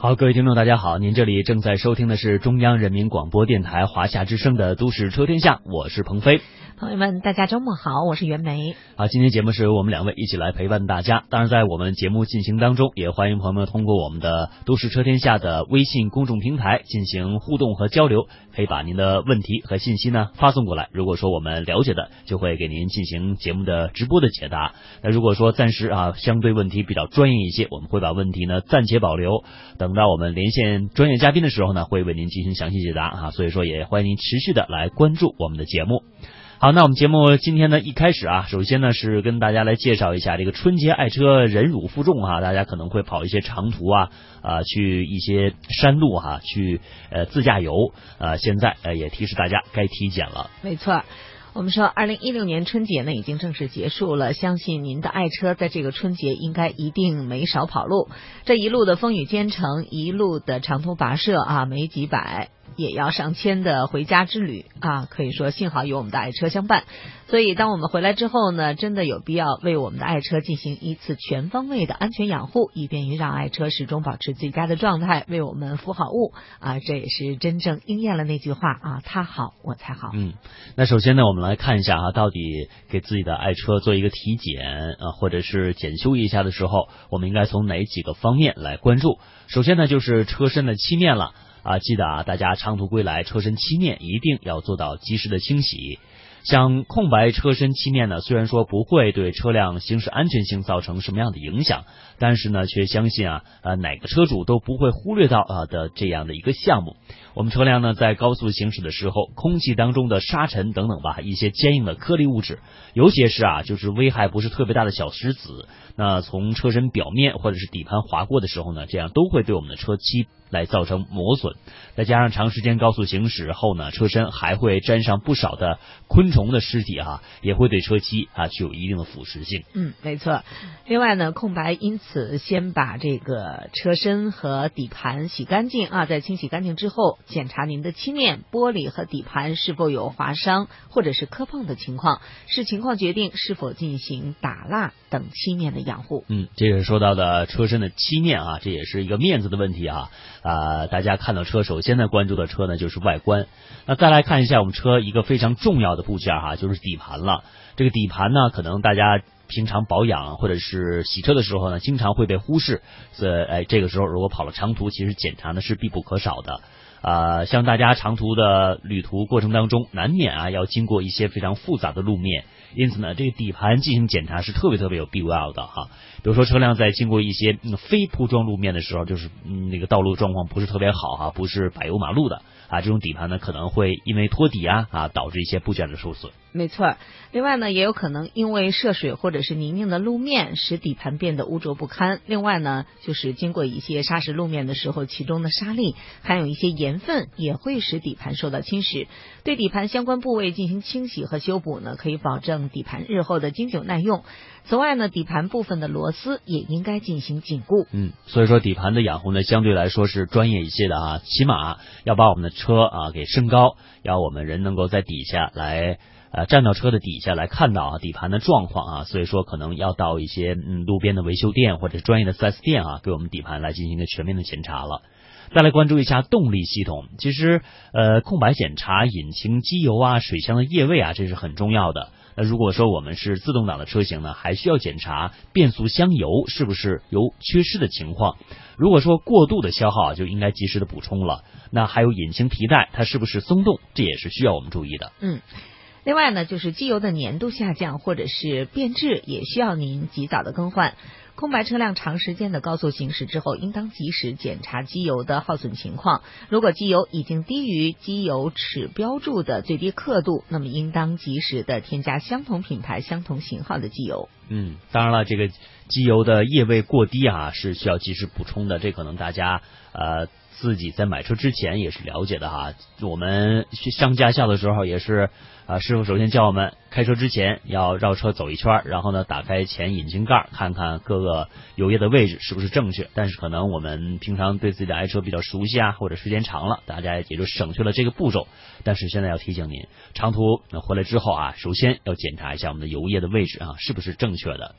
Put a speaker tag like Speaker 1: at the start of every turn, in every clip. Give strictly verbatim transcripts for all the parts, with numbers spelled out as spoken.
Speaker 1: 好，各位听众大家好，您这里正在收听的是中央人民广播电台华夏之声的都市车天下，我是鹏飞。
Speaker 2: 朋友们大家周末好，我是袁梅。
Speaker 1: 好，今天节目是由我们两位一起来陪伴大家，当然在我们节目进行当中，也欢迎朋友们通过我们的都市车天下的微信公众平台进行互动和交流，可以把您的问题和信息呢发送过来，如果说我们了解的就会给您进行节目的直播的解答，那如果说暂时啊相对问题比较专业一些，我们会把问题呢暂且保留，等到我们连线专业嘉宾的时候呢会为您进行详细解答啊，所以说也欢迎您持续的来关注我们的节目。好，那我们节目今天呢一开始啊，首先呢是跟大家来介绍一下这个春节爱车忍辱负重啊，大家可能会跑一些长途啊，啊去一些山路哈、啊，去呃自驾游，呃现在呃也提示大家该体检了。
Speaker 2: 没错。我们说二零一六年春节呢已经正式结束了，相信您的爱车在这个春节应该一定没少跑路，这一路的风雨兼程，一路的长途跋涉啊，没几百也要上千的回家之旅啊，可以说幸好有我们的爱车相伴。所以当我们回来之后呢，真的有必要为我们的爱车进行一次全方位的安全养护，以便于让爱车始终保持最佳的状态，为我们服好务啊，这也是真正应验了那句话啊，他好我才好。
Speaker 1: 嗯，那首先呢，我们来看一下啊，到底给自己的爱车做一个体检啊，或者是检修一下的时候，我们应该从哪几个方面来关注？首先呢，就是车身的漆面了。啊，记得啊，大家长途归来，车身漆面一定要做到及时的清洗。像空白车身漆面呢，虽然说不会对车辆行驶安全性造成什么样的影响，但是呢，却相信啊，呃，哪个车主都不会忽略到啊的这样的一个项目。我们车辆呢，在高速行驶的时候，空气当中的沙尘等等吧，一些坚硬的颗粒物质，尤其是啊，就是危害不是特别大的小石子，那从车身表面或者是底盘划过的时候呢，这样都会对我们的车漆来造成磨损。再加上长时间高速行驶后呢，车身还会沾上不少的昆虫的尸体啊，也会对车漆啊具有一定的腐蚀性。
Speaker 2: 嗯，没错。另外呢，空白因此先把这个车身和底盘洗干净啊，在清洗干净之后，检查您的漆面、玻璃和底盘是否有划伤或者是磕碰的情况，视情况决定是否进行打蜡等漆面的养护。
Speaker 1: 嗯，这是说到的车身的漆面啊，这也是一个面子的问题啊。啊，大家看到车首先呢关注的车呢就是外观，那再来看一下我们车一个非常重要的部件哈、啊，就是底盘了。这个底盘呢，可能大家平常保养或者是洗车的时候呢，经常会被忽视，所以哎，这个时候如果跑了长途，其实检查呢是必不可少的。呃，像大家长途的旅途过程当中，难免啊要经过一些非常复杂的路面，因此呢，这个底盘进行检查是特别特别有必要的哈。比如说车辆在经过一些、嗯、非铺装路面的时候，就是、嗯、那个道路状况不是特别好哈，不是柏油马路的啊，这种底盘呢可能会因为脱底啊啊导致一些部件的受损。
Speaker 2: 没错，另外呢，也有可能因为涉水或者是泥泞的路面，使底盘变得污浊不堪。另外呢，就是经过一些砂石路面的时候，其中的沙粒含有一些盐分，也会使底盘受到侵蚀。对底盘相关部位进行清洗和修补呢，可以保证底盘日后的经久耐用。此外呢，底盘部分的螺丝也应该进行紧固。
Speaker 1: 嗯，所以说底盘的养护呢，相对来说是专业一些的啊，起码要把我们的车啊给升高，要我们人能够在底下来。呃，站到车的底下来看到啊底盘的状况啊，所以说可能要到一些嗯路边的维修店或者专业的 四 S 店啊，给我们底盘来进行一个全面的检查了。再来关注一下动力系统，其实呃空白检查引擎机油啊、水箱的液位啊，这是很重要的。那如果说我们是自动挡的车型呢，还需要检查变速箱油是不是有缺失的情况。如果说过度的消耗啊，就应该及时的补充了。那还有引擎皮带它是不是松动，这也是需要我们注意的。
Speaker 2: 嗯。另外呢，就是机油的粘度下降或者是变质，也需要您及早的更换。空白车辆长时间的高速行驶之后，应当及时检查机油的耗损情况。如果机油已经低于机油尺标注的最低刻度，那么应当及时的添加相同品牌、相同型号的机油。
Speaker 1: 嗯，当然了，这个机油的液位过低啊，是需要及时补充的。这可能大家呃自己在买车之前也是了解的哈。我们上驾校的时候也是啊，师傅首先教我们开车之前要绕车走一圈，然后呢打开前引擎盖，看看各个油液的位置是不是正确。但是可能我们平常对自己的爱车比较熟悉啊，或者时间长了，大家也就省去了这个步骤。但是现在要提醒您，长途回来之后啊，首先要检查一下我们的油液的位置啊，是不是正确的。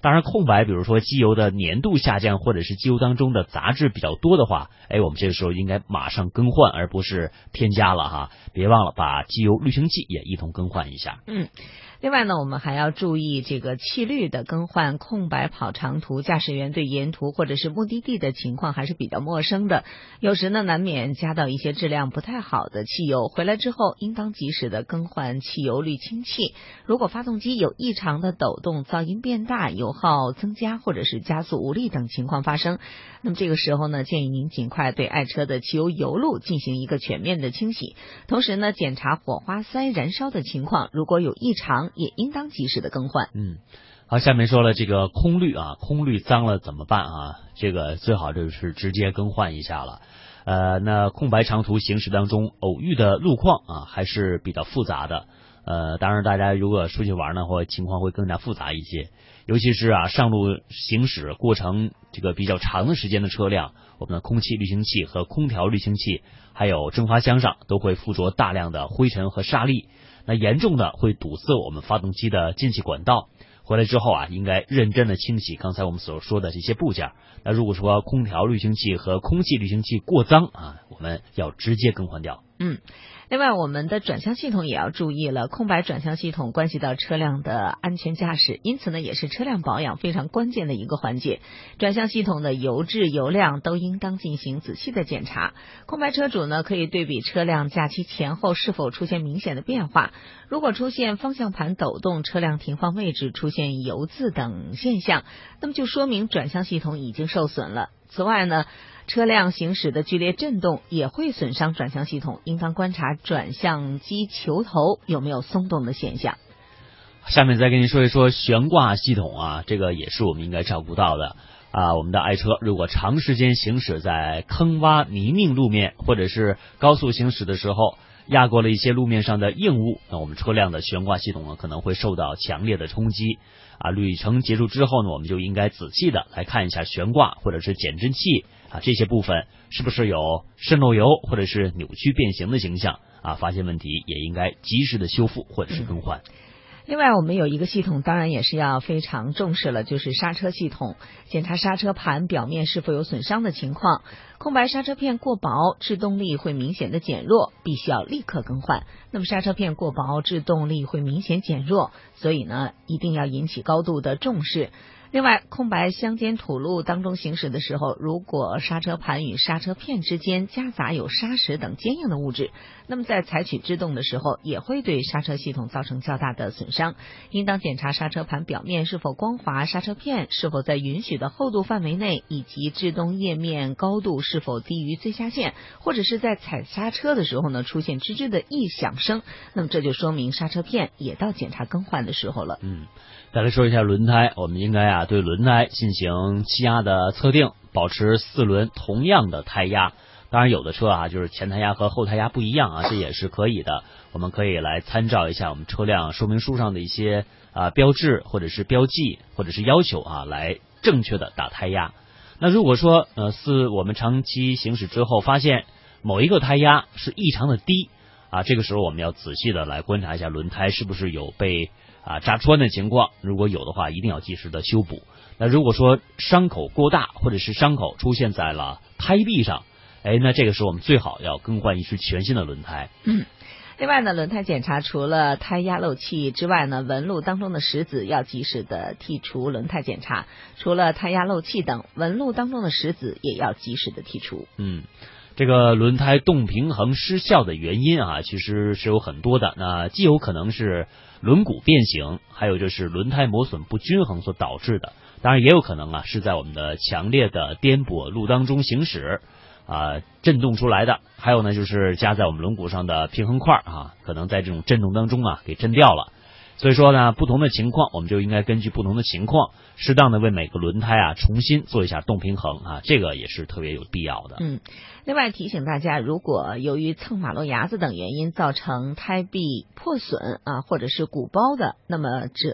Speaker 1: 当然空白，比如说机油的粘度下降，或者是机油当中的杂质比较多的话，哎，我们这个时候应该马上更换，而不是添加了哈。别忘了把机油滤清器也一同更换一下。
Speaker 2: 嗯。另外呢，我们还要注意这个气滤的更换。空白跑长途，驾驶员对沿途或者是目的地的情况还是比较陌生的，有时呢难免加到一些质量不太好的汽油，回来之后应当及时的更换汽油滤清器。如果发动机有异常的抖动、噪音变大、油耗增加或者是加速无力等情况发生，那么这个时候呢，建议您尽快对爱车的汽油油路进行一个全面的清洗，同时呢检查火花塞燃烧的情况，如果有异常也应当及时的更换。
Speaker 1: 嗯，好，下面说了这个空滤啊，空滤脏了怎么办啊？这个最好就是直接更换一下了。呃，那空白长途行驶当中偶遇的路况啊，还是比较复杂的。呃，当然大家如果出去玩呢，或情况会更加复杂一些。尤其是啊，上路行驶过程这个比较长的时间的车辆，我们的空气滤清器和空调滤清器，还有蒸发箱上都会附着大量的灰尘和沙粒。那严重的会堵塞我们发动机的进气管道，回来之后啊，应该认真的清洗刚才我们所说的这些部件。那如果说空调滤清器和空气滤清器过脏啊，我们要直接更换掉。
Speaker 2: 嗯，另外我们的转向系统也要注意了，空白转向系统关系到车辆的安全驾驶，因此呢也是车辆保养非常关键的一个环节。转向系统的油质油量都应当进行仔细的检查。空白车主呢可以对比车辆假期前后是否出现明显的变化，如果出现方向盘抖动、车辆停放位置出现油渍等现象，那么就说明转向系统已经受损了。此外呢，车辆行驶的剧烈震动也会损伤转向系统，应当观察转向机球头有没有松动的现象。
Speaker 1: 下面再跟您说一说悬挂系统啊，这个也是我们应该照顾到的啊。我们的爱车如果长时间行驶在坑洼泥泞路面，或者是高速行驶的时候压过了一些路面上的硬物，那我们车辆的悬挂系统呢可能会受到强烈的冲击啊。旅程结束之后呢，我们就应该仔细的来看一下悬挂或者是减震器啊这些部分是不是有渗漏油或者是扭曲变形的形象啊，发现问题也应该及时的修复或者是更换。
Speaker 2: 嗯，另外我们有一个系统当然也是要非常重视了，就是刹车系统，检查刹车盘表面是否有损伤的情况。空白刹车片过薄，制动力会明显的减弱，必须要立刻更换。那么刹车片过薄，制动力会明显减弱，所以呢一定要引起高度的重视。另外，空白乡间土路当中行驶的时候，如果刹车盘与刹车片之间夹杂有砂石等坚硬的物质，那么在采取制动的时候也会对刹车系统造成较大的损伤。应当检查刹车盘表面是否光滑，刹车片是否在允许的厚度范围内，以及制动页面高度是否低于最下限，或者是在踩刹车的时候呢出现吱吱的异响声，那么这就说明刹车片也到检查更换的时候了。
Speaker 1: 嗯，再来说一下轮胎，我们应该啊对轮胎进行气压的测定，保持四轮同样的胎压。当然有的车啊就是前胎压和后胎压不一样啊，这也是可以的。我们可以来参照一下我们车辆说明书上的一些啊标志或者是标记或者是要求啊，来正确的打胎压。那如果说呃是我们长期行驶之后发现某一个胎压是异常的低啊，这个时候我们要仔细的来观察一下轮胎是不是有被啊扎穿的情况，如果有的话一定要及时的修补。那如果说伤口过大，或者是伤口出现在了胎壁上，哎，那这个时候我们最好要更换一支全新的轮胎。
Speaker 2: 嗯，另外呢，轮胎检查除了胎压漏气之外呢，纹路当中的石子要及时的剔除。轮胎检查除了胎压漏气等，纹路当中的石子也要及时的剔除。
Speaker 1: 嗯，这个轮胎动平衡失效的原因啊，其实是有很多的。那既有可能是轮毂变形，还有就是轮胎磨损不均衡所导致的。当然也有可能啊是在我们的强烈的颠簸路当中行驶啊震动出来的。还有呢就是加在我们轮毂上的平衡块啊，可能在这种震动当中啊给震掉了。所以说呢，不同的情况我们就应该根据不同的情况，适当的为每个轮胎啊重新做一下动平衡啊，这个也是特别有必要的。
Speaker 2: 嗯，另外提醒大家，如果由于蹭马路牙子等原因造成胎壁破损啊，或者是鼓包的，那么这呃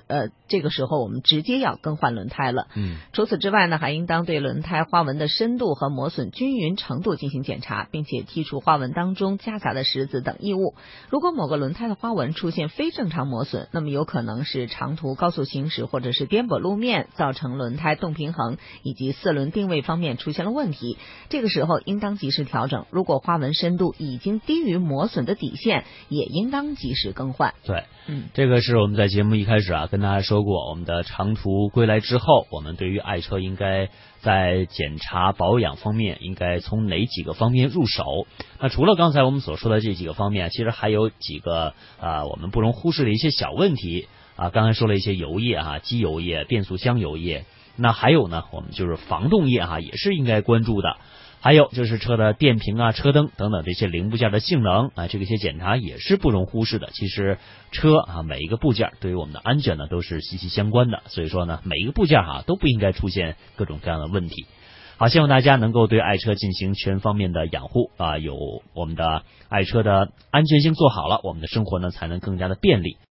Speaker 2: 这个时候我们直接要更换轮胎了。
Speaker 1: 嗯，
Speaker 2: 除此之外呢，还应当对轮胎花纹的深度和磨损均匀程度进行检查，并且剔除花纹当中夹杂的石子等异物。如果某个轮胎的花纹出现非正常磨损，那么有可能是长途高速行驶或者是颠簸路面造成轮胎动平衡以及四轮定位方面出现了问题，这个时候应当及时调整。如果花纹深度已经低于磨损的底线，也应当及时更换。
Speaker 1: 对，
Speaker 2: 嗯，
Speaker 1: 这个是我们在节目一开始啊跟大家说过，我们的长途归来之后，我们对于爱车应该在检查保养方面应该从哪几个方面入手。那除了刚才我们所说的这几个方面，其实还有几个啊、呃、我们不容忽视的一些小问题啊。刚才说了一些油液啊，机油液、变速箱油液，那还有呢，我们就是防冻液哈，也是应该关注的。还有就是车的电瓶啊、车灯等等这些零部件的性能啊，这个些检查也是不容忽视的。其实车啊每一个部件对于我们的安全呢都是息息相关的，所以说呢每一个部件哈、啊、都不应该出现各种各样的问题。好，希望大家能够对爱车进行全方面的养护啊，有我们的爱车的安全性做好了，我们的生活呢才能更加的便利。